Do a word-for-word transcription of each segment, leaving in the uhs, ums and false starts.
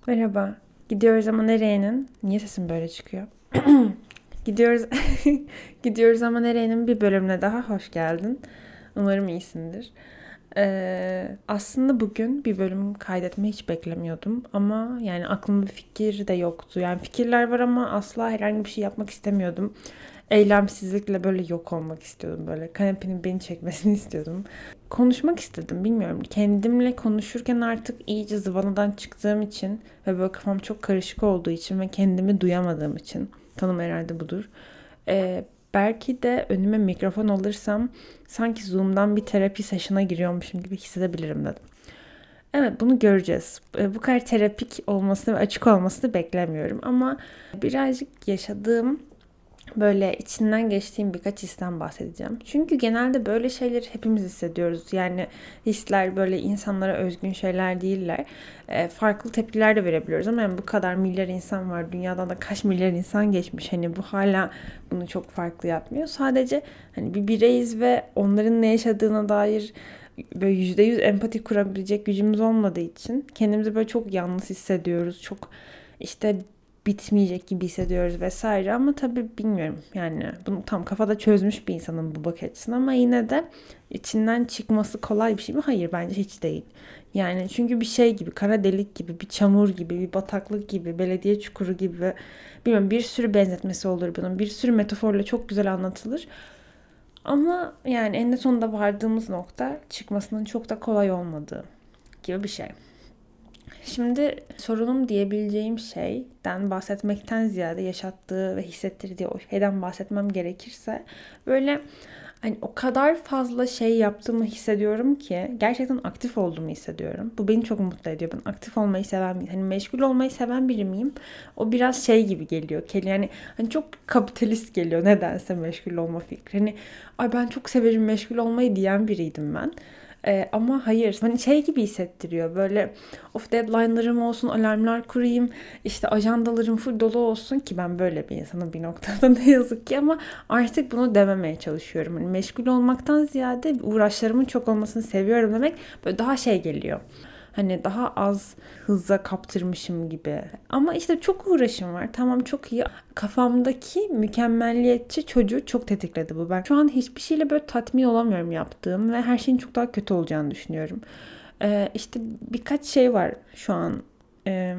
Merhaba. Gidiyoruz ama nereyenin? Niye sesim böyle çıkıyor? Gidiyoruz Gidiyoruz ama nereyenin bir bölümüne daha hoş geldin. Umarım iyisindir. Ee, aslında bugün bir bölüm kaydetmeyi hiç beklemiyordum ama yani aklımda bir fikir de yoktu. Yani fikirler var ama asla herhangi bir şey yapmak istemiyordum. Eylemsizlikle böyle yok olmak istiyordum. Böyle kanepenin beni çekmesini istiyordum. Konuşmak istedim, bilmiyorum. Kendimle konuşurken artık iyice zıvanadan çıktığım için ve böyle kafam çok karışık olduğu için ve kendimi duyamadığım için, tanım herhalde budur. Ee, belki de önüme mikrofon alırsam sanki Zoom'dan bir terapi session'a giriyormuşum gibi hissedebilirim dedim. Evet, bunu göreceğiz. Ee, bu kadar terapik olmasını ve açık olmasını beklemiyorum ama birazcık yaşadığım, böyle içinden geçtiğim birkaç histen bahsedeceğim. Çünkü genelde böyle şeyleri hepimiz hissediyoruz. Yani hisler böyle insanlara özgün şeyler değiller. E, farklı tepkiler de verebiliyoruz ama yani bu kadar milyar insan var. Dünyadan da kaç milyar insan geçmiş. Hani bu hala bunu çok farklı yapmıyor. Sadece hani bir bireyiz ve onların ne yaşadığına dair böyle yüzde yüz empati kurabilecek gücümüz olmadığı için kendimizi böyle çok yalnız hissediyoruz. Çok işte bitmeyecek gibi hissediyoruz vesaire ama tabii bilmiyorum, yani bunu tam kafada çözmüş bir insanın bu bakış açısını ama yine de içinden çıkması kolay bir şey mi? Hayır, bence hiç değil. Yani çünkü bir şey gibi, kara delik gibi, bir çamur gibi, bir bataklık gibi, belediye çukuru gibi, bilmiyorum, bir sürü benzetmesi olur bunun, bir sürü metaforla çok güzel anlatılır ama yani en sonunda vardığımız nokta çıkmasının çok da kolay olmadığı gibi bir şey. Şimdi sorunum diyebileceğim şeyden bahsetmekten ziyade yaşattığı ve hissettirdiği o şeyden bahsetmem gerekirse böyle hani o kadar fazla şey yaptığımı hissediyorum ki gerçekten aktif olduğumu hissediyorum. Bu beni çok mutlu ediyor. Ben aktif olmayı seven biriyim. Hani meşgul olmayı seven biri miyim? O biraz şey gibi geliyor. Yani hani çok kapitalist geliyor nedense meşgul olma fikri. Hani ay ben çok severim meşgul olmayı diyen biriydim ben. Ee, ama hayır, hani şey gibi hissettiriyor böyle, of deadline'larım olsun, alarmlar kurayım, işte ajandalarım full dolu olsun ki ben böyle bir insanım bir noktada ne yazık ki, ama artık bunu dememeye çalışıyorum. Hani meşgul olmaktan ziyade uğraşlarımın çok olmasını seviyorum demek böyle daha şey geliyor. Hani daha az hızla kaptırmışım gibi. Ama işte çok uğraşım var. Tamam, çok iyi. Kafamdaki mükemmelliyetçi çocuğu çok tetikledi bu. Ben şu an hiçbir şeyle böyle tatmin olamıyorum yaptığım ve her şeyin çok daha kötü olacağını düşünüyorum. Ee, işte birkaç şey var şu an. Ee,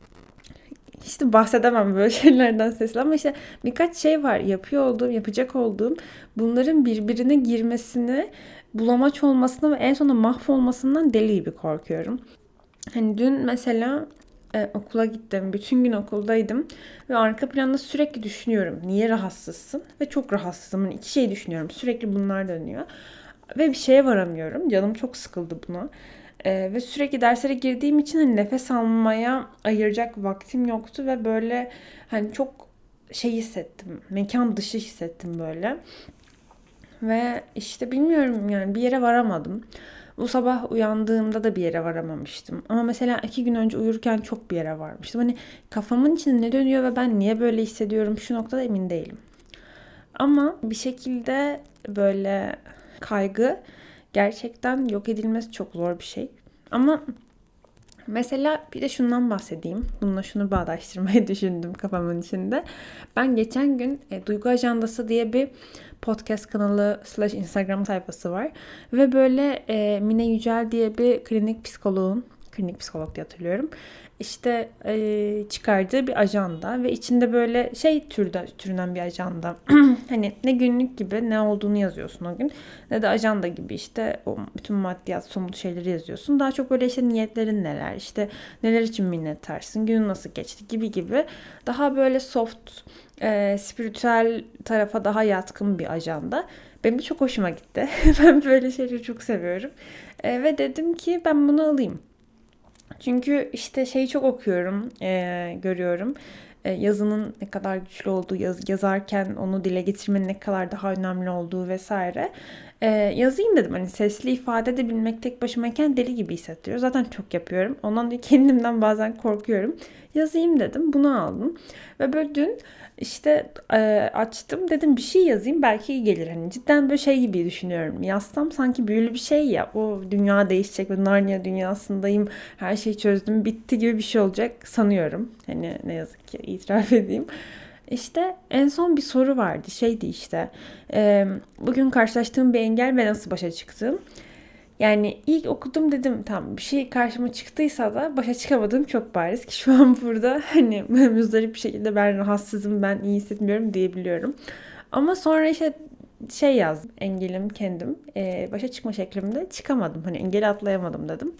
işte bahsedemem böyle şeylerden sesli ama işte birkaç şey var yapıyor olduğum, yapacak olduğum. Bunların birbirine girmesini, bulamaç olmasını ve en sonunda mahvolmasından deli gibi korkuyorum. Hani dün mesela e, okula gittim. Bütün gün okuldaydım. Ve arka planda sürekli düşünüyorum. Niye rahatsızsın? Ve çok rahatsızım. Hani iki şey düşünüyorum. Sürekli bunlar dönüyor. Ve bir şeye varamıyorum. Canım çok sıkıldı buna. E, ve sürekli derslere girdiğim için hani nefes almaya ayıracak vaktim yoktu. Ve böyle hani çok şey hissettim. Mekan dışı hissettim böyle. Ve işte bilmiyorum, yani bir yere varamadım. Bu sabah uyandığımda da bir yere varamamıştım. Ama mesela iki gün önce uyurken çok bir yere varmıştım. Hani kafamın içinde ne dönüyor ve ben niye böyle hissediyorum şu noktada emin değilim. Ama bir şekilde böyle kaygı gerçekten yok edilmesi çok zor bir şey. Ama mesela bir de şundan bahsedeyim. Bununla şunu bağdaştırmayı düşündüm kafamın içinde. Ben geçen gün e, Duygu Ajandası diye bir podcast kanalı slash Instagram sayfası var. Ve böyle e, Mine Yücel diye bir klinik psikoloğun, klinik psikolog diye hatırlıyorum, İşte e, çıkardığı bir ajanda ve içinde böyle şey türde türünden bir ajanda. Hani ne günlük gibi ne olduğunu yazıyorsun o gün, ne de ajanda gibi işte o bütün maddiyat, somut şeyleri yazıyorsun. Daha çok böyle işte niyetlerin neler, işte neler için minnettarsın, günün nasıl geçti gibi gibi. Daha böyle soft, e, spiritüel tarafa daha yatkın bir ajanda. Benim de çok hoşuma gitti. Ben böyle şeyleri çok seviyorum. E, ve dedim ki ben bunu alayım. Çünkü işte şeyi çok okuyorum, e, görüyorum. E, yazının ne kadar güçlü olduğu, yaz, yazarken onu dile getirmenin ne kadar daha önemli olduğu vesaire. Ee, yazayım dedim. Hani sesli ifade edebilmek tek başımayken deli gibi hissettiriyor. Zaten çok yapıyorum. Ondan dolayı kendimden bazen korkuyorum. Yazayım dedim. Bunu aldım. Ve böyle dün işte e, açtım. Dedim bir şey yazayım. Belki iyi gelir. Hani cidden böyle şey gibi düşünüyorum. Yazsam sanki büyülü bir şey ya. O dünya değişecek ve Narnia dünyasındayım. Her şeyi çözdüm. Bitti gibi bir şey olacak sanıyorum. Hani ne yazık ki itiraf edeyim. İşte en son bir soru vardı. Şeydi işte. E, bugün karşılaştığım bir engel ve nasıl başa çıktım. Yani ilk okudum dedim tamam bir şey karşıma çıktıysa da başa çıkamadığım çok bariz ki şu an burada hani müzdarip bir şekilde ben rahatsızım, ben iyi hissetmiyorum diyebiliyorum. Ama sonra işte şey yazdım, engelim kendim, ee, başa çıkma şeklimde çıkamadım, hani engeli atlayamadım dedim.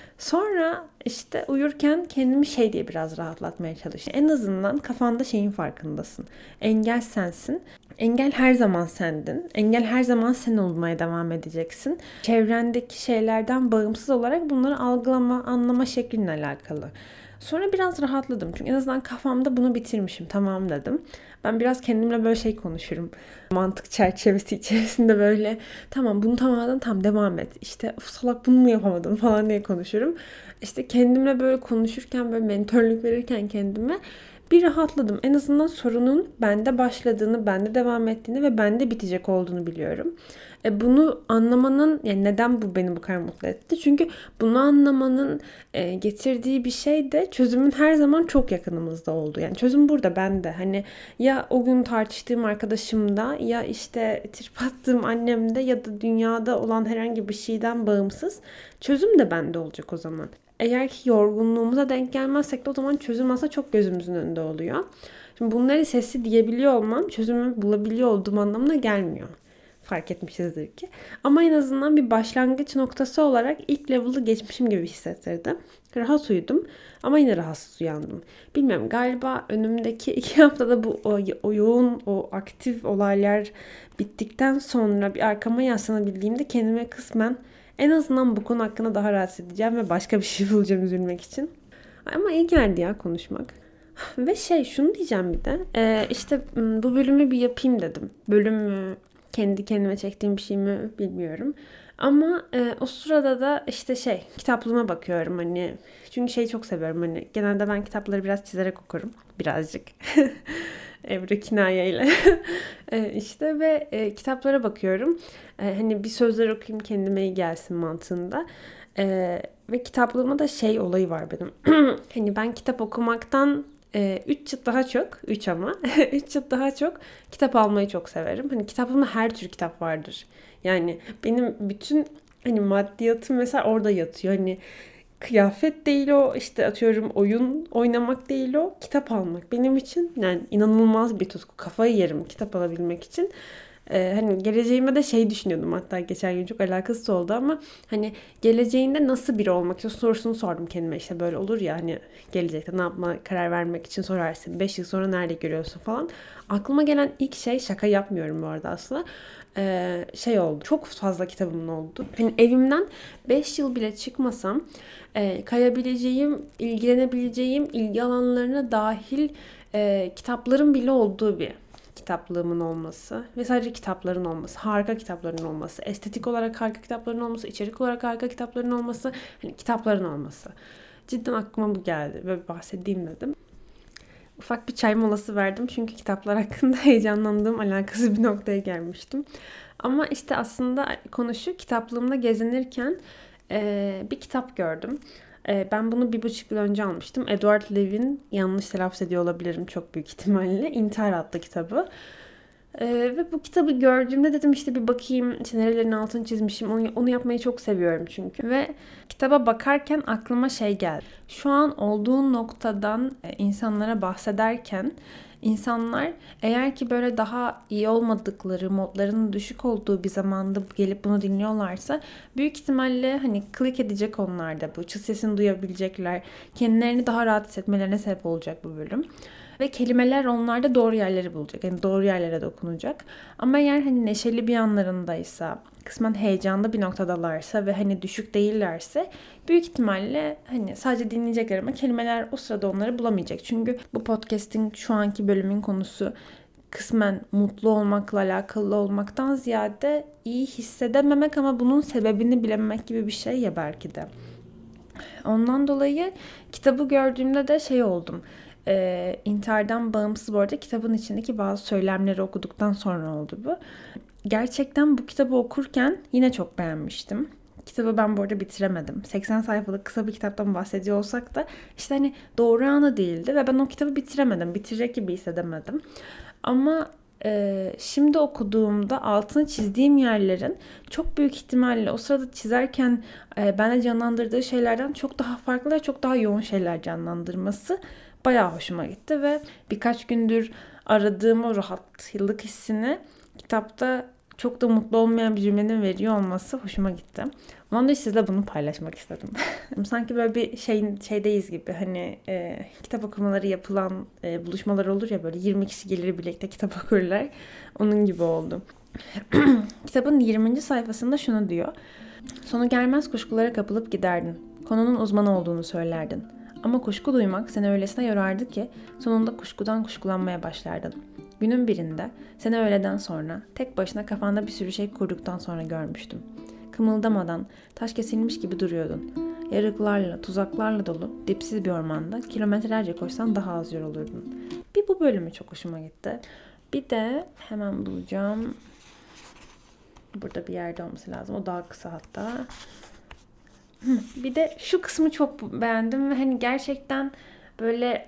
Sonra işte uyurken kendimi şey diye biraz rahatlatmaya çalıştım. En azından kafanda şeyin farkındasın. Engel sensin. Engel her zaman sendin. Engel her zaman sen olmaya devam edeceksin. Çevrendeki şeylerden bağımsız olarak bunları algılama, anlama şeklinle alakalı. Sonra biraz rahatladım. Çünkü en azından kafamda bunu bitirmişim. Tamam dedim. Ben biraz kendimle böyle şey konuşurum. Mantık çerçevesi içerisinde böyle tamam bunu tamamen tam devam et. İşte of salak bunu mu yapamadım falan diye konuşurum. İşte kendimle böyle konuşurken böyle mentörlük verirken kendime bir rahatladım. En azından sorunun bende başladığını, bende devam ettiğini ve bende bitecek olduğunu biliyorum. E bunu anlamanın, yani neden bu beni bu kadar mutlu etti? Çünkü bunu anlamanın e, getirdiği bir şey de çözümün her zaman çok yakınımızda oldu. Yani çözüm burada bende. Hani ya o gün tartıştığım arkadaşımda ya işte trip attığım annemde ya da dünyada olan herhangi bir şeyden bağımsız çözüm de bende olacak o zaman. Eğer ki yorgunluğumuza denk gelmezsek de o zaman çözüm aslında çok gözümüzün önünde oluyor. Şimdi bunları sesli diyebiliyor olmam çözümü bulabiliyor olduğum anlamına gelmiyor. Fark etmişizdir ki. Ama en azından bir başlangıç noktası olarak ilk level'ı geçmişim gibi hissettirdi. Rahat uyudum ama yine rahatsız uyandım. Bilmiyorum, galiba önümdeki iki haftada bu o, o yoğun, o aktif olaylar bittikten sonra bir arkama yaslanabildiğimde kendime kısmen en azından bu konu hakkında daha rahat edeceğim ve başka bir şey bulacağım üzülmek için. Ama iyi geldi ya konuşmak. Ve şey şunu diyeceğim bir de. Ee, işte bu bölümü bir yapayım dedim. Bölüm mü, kendi kendime çektiğim bir şey mi bilmiyorum. Ama e, o sırada da işte şey kitaplığıma bakıyorum hani. Çünkü şeyi çok seviyorum hani. Genelde ben kitapları biraz çizerek okurum. Birazcık. Ebru kinayeyle. e, işte ve e, kitaplara bakıyorum. E, hani bir sözler okuyayım kendime iyi gelsin mantığında. E, ve kitaplığıma da şey olayı var benim. Hani ben kitap okumaktan üç yıl daha çok, üç ama üç yıl daha çok kitap almayı çok severim. Hani kitaplığımda her tür kitap vardır. Yani benim bütün hani maddiyatım mesela orada yatıyor. Hani kıyafet değil o, işte atıyorum oyun oynamak değil o, kitap almak. Benim için yani inanılmaz bir tutku. Kafayı yerim kitap alabilmek için. Ee, hani geleceğime de şey düşünüyordum, hatta geçen gün çok alakasız oldu ama hani geleceğinde nasıl biri olmak istiyorsun sorusunu sordum kendime. İşte böyle olur ya hani gelecekte ne yapma karar vermek için sorarsın, beş yıl sonra nerede görüyorsun falan. Aklıma gelen ilk şey, şaka yapmıyorum bu arada aslında, ee, şey oldu, çok fazla kitabımın oldu. Hani evimden beş yıl bile çıkmasam e, kayabileceğim, ilgilenebileceğim ilgi alanlarına dahil e, kitapların bile olduğu bir kitaplığımın olması ve sadece kitapların olması, harika kitapların olması, estetik olarak harika kitapların olması, içerik olarak harika kitapların olması, hani kitapların olması. Cidden aklıma bu geldi ve bahsedeyim dedim. Ufak bir çay molası verdim çünkü kitaplar hakkında heyecanlandığım alakasız bir noktaya gelmiştim. Ama işte aslında konu şu, kitaplığımda gezinirken e, bir kitap gördüm. E, ben bunu bir buçuk yıl önce almıştım. Edward Leavitt'in, yanlış telaffuz ediyor olabilirim çok büyük ihtimalle, İntihar adlı kitabı. Ee, ve bu kitabı gördüğümde dedim işte bir bakayım, işte nerelerin altını çizmişim, onu, onu yapmayı çok seviyorum çünkü. Ve kitaba bakarken aklıma şey geldi. Şu an olduğu noktadan e, insanlara bahsederken insanlar eğer ki böyle daha iyi olmadıkları, modlarının düşük olduğu bir zamanda gelip bunu dinliyorlarsa büyük ihtimalle hani klik edecek onlar da bu. Çıt sesini duyabilecekler. Kendilerini daha rahat hissetmelerine sebep olacak bu bölüm. Ve kelimeler onlarda doğru yerleri bulacak. Yani doğru yerlere dokunacak. Ama eğer hani neşeli bir anlarındaysa, kısmen heyecanlı bir noktadalarsa ve hani düşük değillerse büyük ihtimalle hani sadece dinleyecekler ama kelimeler o sırada onları bulamayacak. Çünkü bu podcast'in şu anki bölümün konusu kısmen mutlu olmakla alakalı olmaktan ziyade iyi hissedememek ama bunun sebebini bilememek gibi bir şey ya belki de. Ondan dolayı kitabı gördüğümde de şey oldum. Ee, intihardan bağımsız bu arada kitabın içindeki bazı söylemleri okuduktan sonra oldu bu. Gerçekten bu kitabı okurken yine çok beğenmiştim. Kitabı ben bu arada bitiremedim. seksen sayfalık kısa bir kitaptan bahsediyor olsak da işte hani doğru anı değildi ve ben o kitabı bitiremedim. Bitirecek gibi hissedemedim. Ama e, şimdi okuduğumda altını çizdiğim yerlerin çok büyük ihtimalle o sırada çizerken e, bende canlandırdığı şeylerden çok daha farklı ve çok daha yoğun şeyler canlandırması bayağı hoşuma gitti ve birkaç gündür aradığım o rahatlık hissini kitapta çok da mutlu olmayan bir cümlenin veriyor olması hoşuma gitti. Ondan da sizle bunu paylaşmak istedim. Sanki böyle bir şeyin şeydeyiz gibi hani e, kitap okumaları yapılan e, buluşmalar olur ya böyle yirmi kişi gelir birlikte kitap okurlar. Onun gibi oldu. Kitabın yirminci sayfasında şunu diyor. Sonu gelmez kuşkulara kapılıp giderdin. Konunun uzmanı olduğunu söylerdin. Ama kuşku duymak seni öylesine yorardı ki sonunda kuşkudan kuşkulanmaya başlardın. Günün birinde seni öğleden sonra tek başına kafanda bir sürü şey kurduktan sonra görmüştüm. Kımıldamadan taş kesilmiş gibi duruyordun. Yarıklarla, tuzaklarla dolu dipsiz bir ormanda kilometrelerce koşsan daha az yorulurdun. Bir bu bölümü çok hoşuma gitti. Bir de hemen bulacağım. Burada bir yerde olması lazım. O daha kısa hatta. Bir de şu kısmı çok beğendim ve hani gerçekten böyle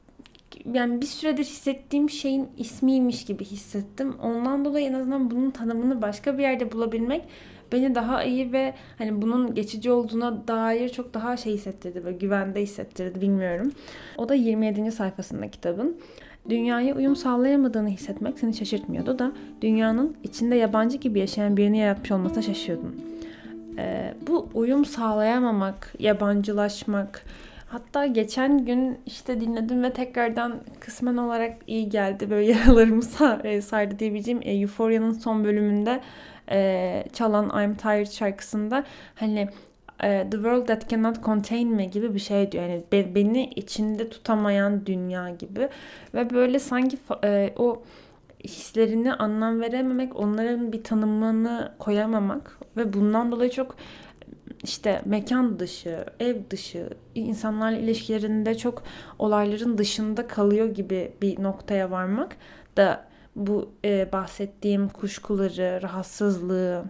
yani bir süredir hissettiğim şeyin ismiymiş gibi hissettim. Ondan dolayı en azından bunun tanımını başka bir yerde bulabilmek beni daha iyi ve hani bunun geçici olduğuna dair çok daha şey hissettirdi ve güvende hissettirdi bilmiyorum. O da yirmi yedinci sayfasında kitabın. Dünyaya uyum sağlayamadığını hissetmek seni şaşırtmıyordu da dünyanın içinde yabancı gibi yaşayan birini yaratmış olmasına şaşıyordun. Ee, bu uyum sağlayamamak, yabancılaşmak, hatta geçen gün işte dinledim ve tekrardan kısmen olarak iyi geldi. Böyle yaralarımı sardı diyebileceğim e, Euphoria'nın son bölümünde e, çalan I'm Tired şarkısında hani e, The World That Cannot Contain Me gibi bir şey diyor. Yani be, beni içinde tutamayan dünya gibi. Ve böyle sanki e, o hislerini anlam verememek, onların bir tanımını koyamamak ve bundan dolayı çok işte mekan dışı, ev dışı, insanlarla ilişkilerinde çok olayların dışında kalıyor gibi bir noktaya varmak da bu e, bahsettiğim kuşkuları, rahatsızlığı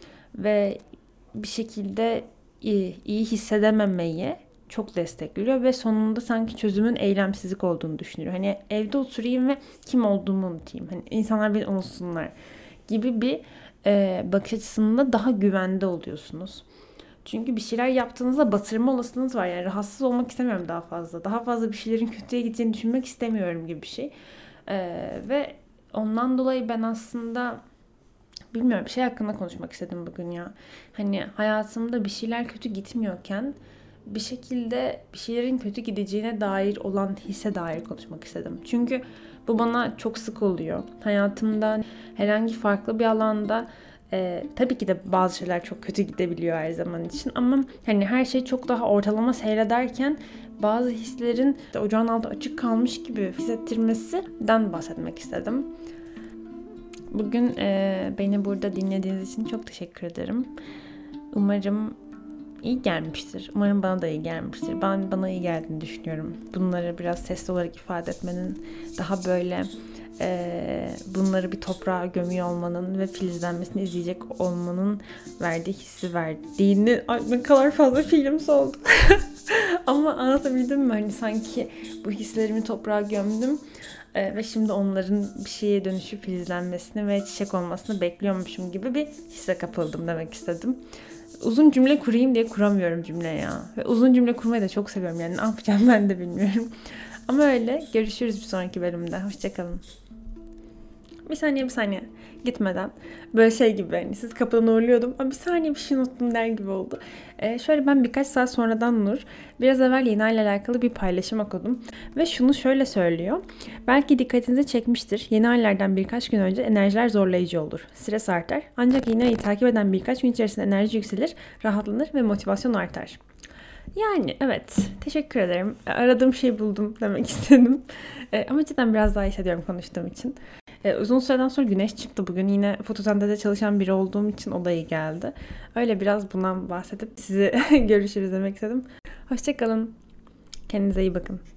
ve bir şekilde iyi, iyi hissedememeyi çok destekliyor ve sonunda sanki çözümün eylemsizlik olduğunu düşünüyor. Hani evde oturayım ve kim olduğumu unutayım. Hani insanlar beni unutsunlar gibi bir e, bakış açısında daha güvende oluyorsunuz. Çünkü bir şeyler yaptığınızda batırma olasılığınız var. Yani rahatsız olmak istemiyorum daha fazla. Daha fazla bir şeylerin kötüye gideceğini düşünmek istemiyorum gibi bir şey. Ee, ve ondan dolayı ben aslında bilmiyorum bir şey hakkında konuşmak istedim bugün ya. Hani hayatımda bir şeyler kötü gitmiyorken bir şekilde bir şeylerin kötü gideceğine dair olan hisse dair konuşmak istedim. Çünkü bu bana çok sık oluyor. Hayatımda herhangi farklı bir alanda Ee, tabii ki de bazı şeyler çok kötü gidebiliyor her zaman için ama hani her şey çok daha ortalama seyrederken bazı hislerin ocağın altı açık kalmış gibi hissettirmesinden bahsetmek istedim. Bugün e, beni burada dinlediğiniz için çok teşekkür ederim. Umarım iyi gelmiştir. Umarım bana da iyi gelmiştir. Ben bana iyi geldiğini düşünüyorum. Bunları biraz sesli olarak ifade etmenin daha böyle Ee, bunları bir toprağa gömüyor olmanın ve filizlenmesini izleyecek olmanın verdiği hissi verdiğini ay ne kadar fazla filmsi oldu ama anlatabildim mi? Hani sanki bu hislerimi toprağa gömdüm ee, ve şimdi onların bir şeye dönüşüp filizlenmesini ve çiçek olmasını bekliyormuşum gibi bir hisse kapıldım demek istedim. Uzun cümle kurayım diye kuramıyorum cümle ya. Ve uzun cümle kurmayı da çok seviyorum yani ne yapacağım ben de bilmiyorum. Ama öyle. Görüşürüz bir sonraki bölümde. Hoşçakalın. Bir saniye bir saniye gitmeden böyle şey gibi hani siz kapıdan uğurluyordum ama bir saniye bir şey unuttum der gibi oldu. Ee, şöyle ben birkaç saat sonradan Nur biraz evvel Yena ile alakalı bir paylaşım okudum ve şunu şöyle söylüyor. Belki dikkatinizi çekmiştir. Yeni aylardan birkaç gün önce enerjiler zorlayıcı olur. Stres artar. Ancak yeni ayı takip eden birkaç gün içerisinde enerji yükselir, rahatlanır ve motivasyon artar. Yani evet teşekkür ederim. Aradığım şeyi buldum demek istedim. Ee, ama cidden biraz daha hissediyorum konuştuğum için. Ee, uzun süreden sonra güneş çıktı bugün. Yine fotosentezde çalışan biri olduğum için o da iyi geldi. Öyle biraz bundan bahsedip sizi görüşürüz demek istedim. Hoşça kalın. Kendinize iyi bakın.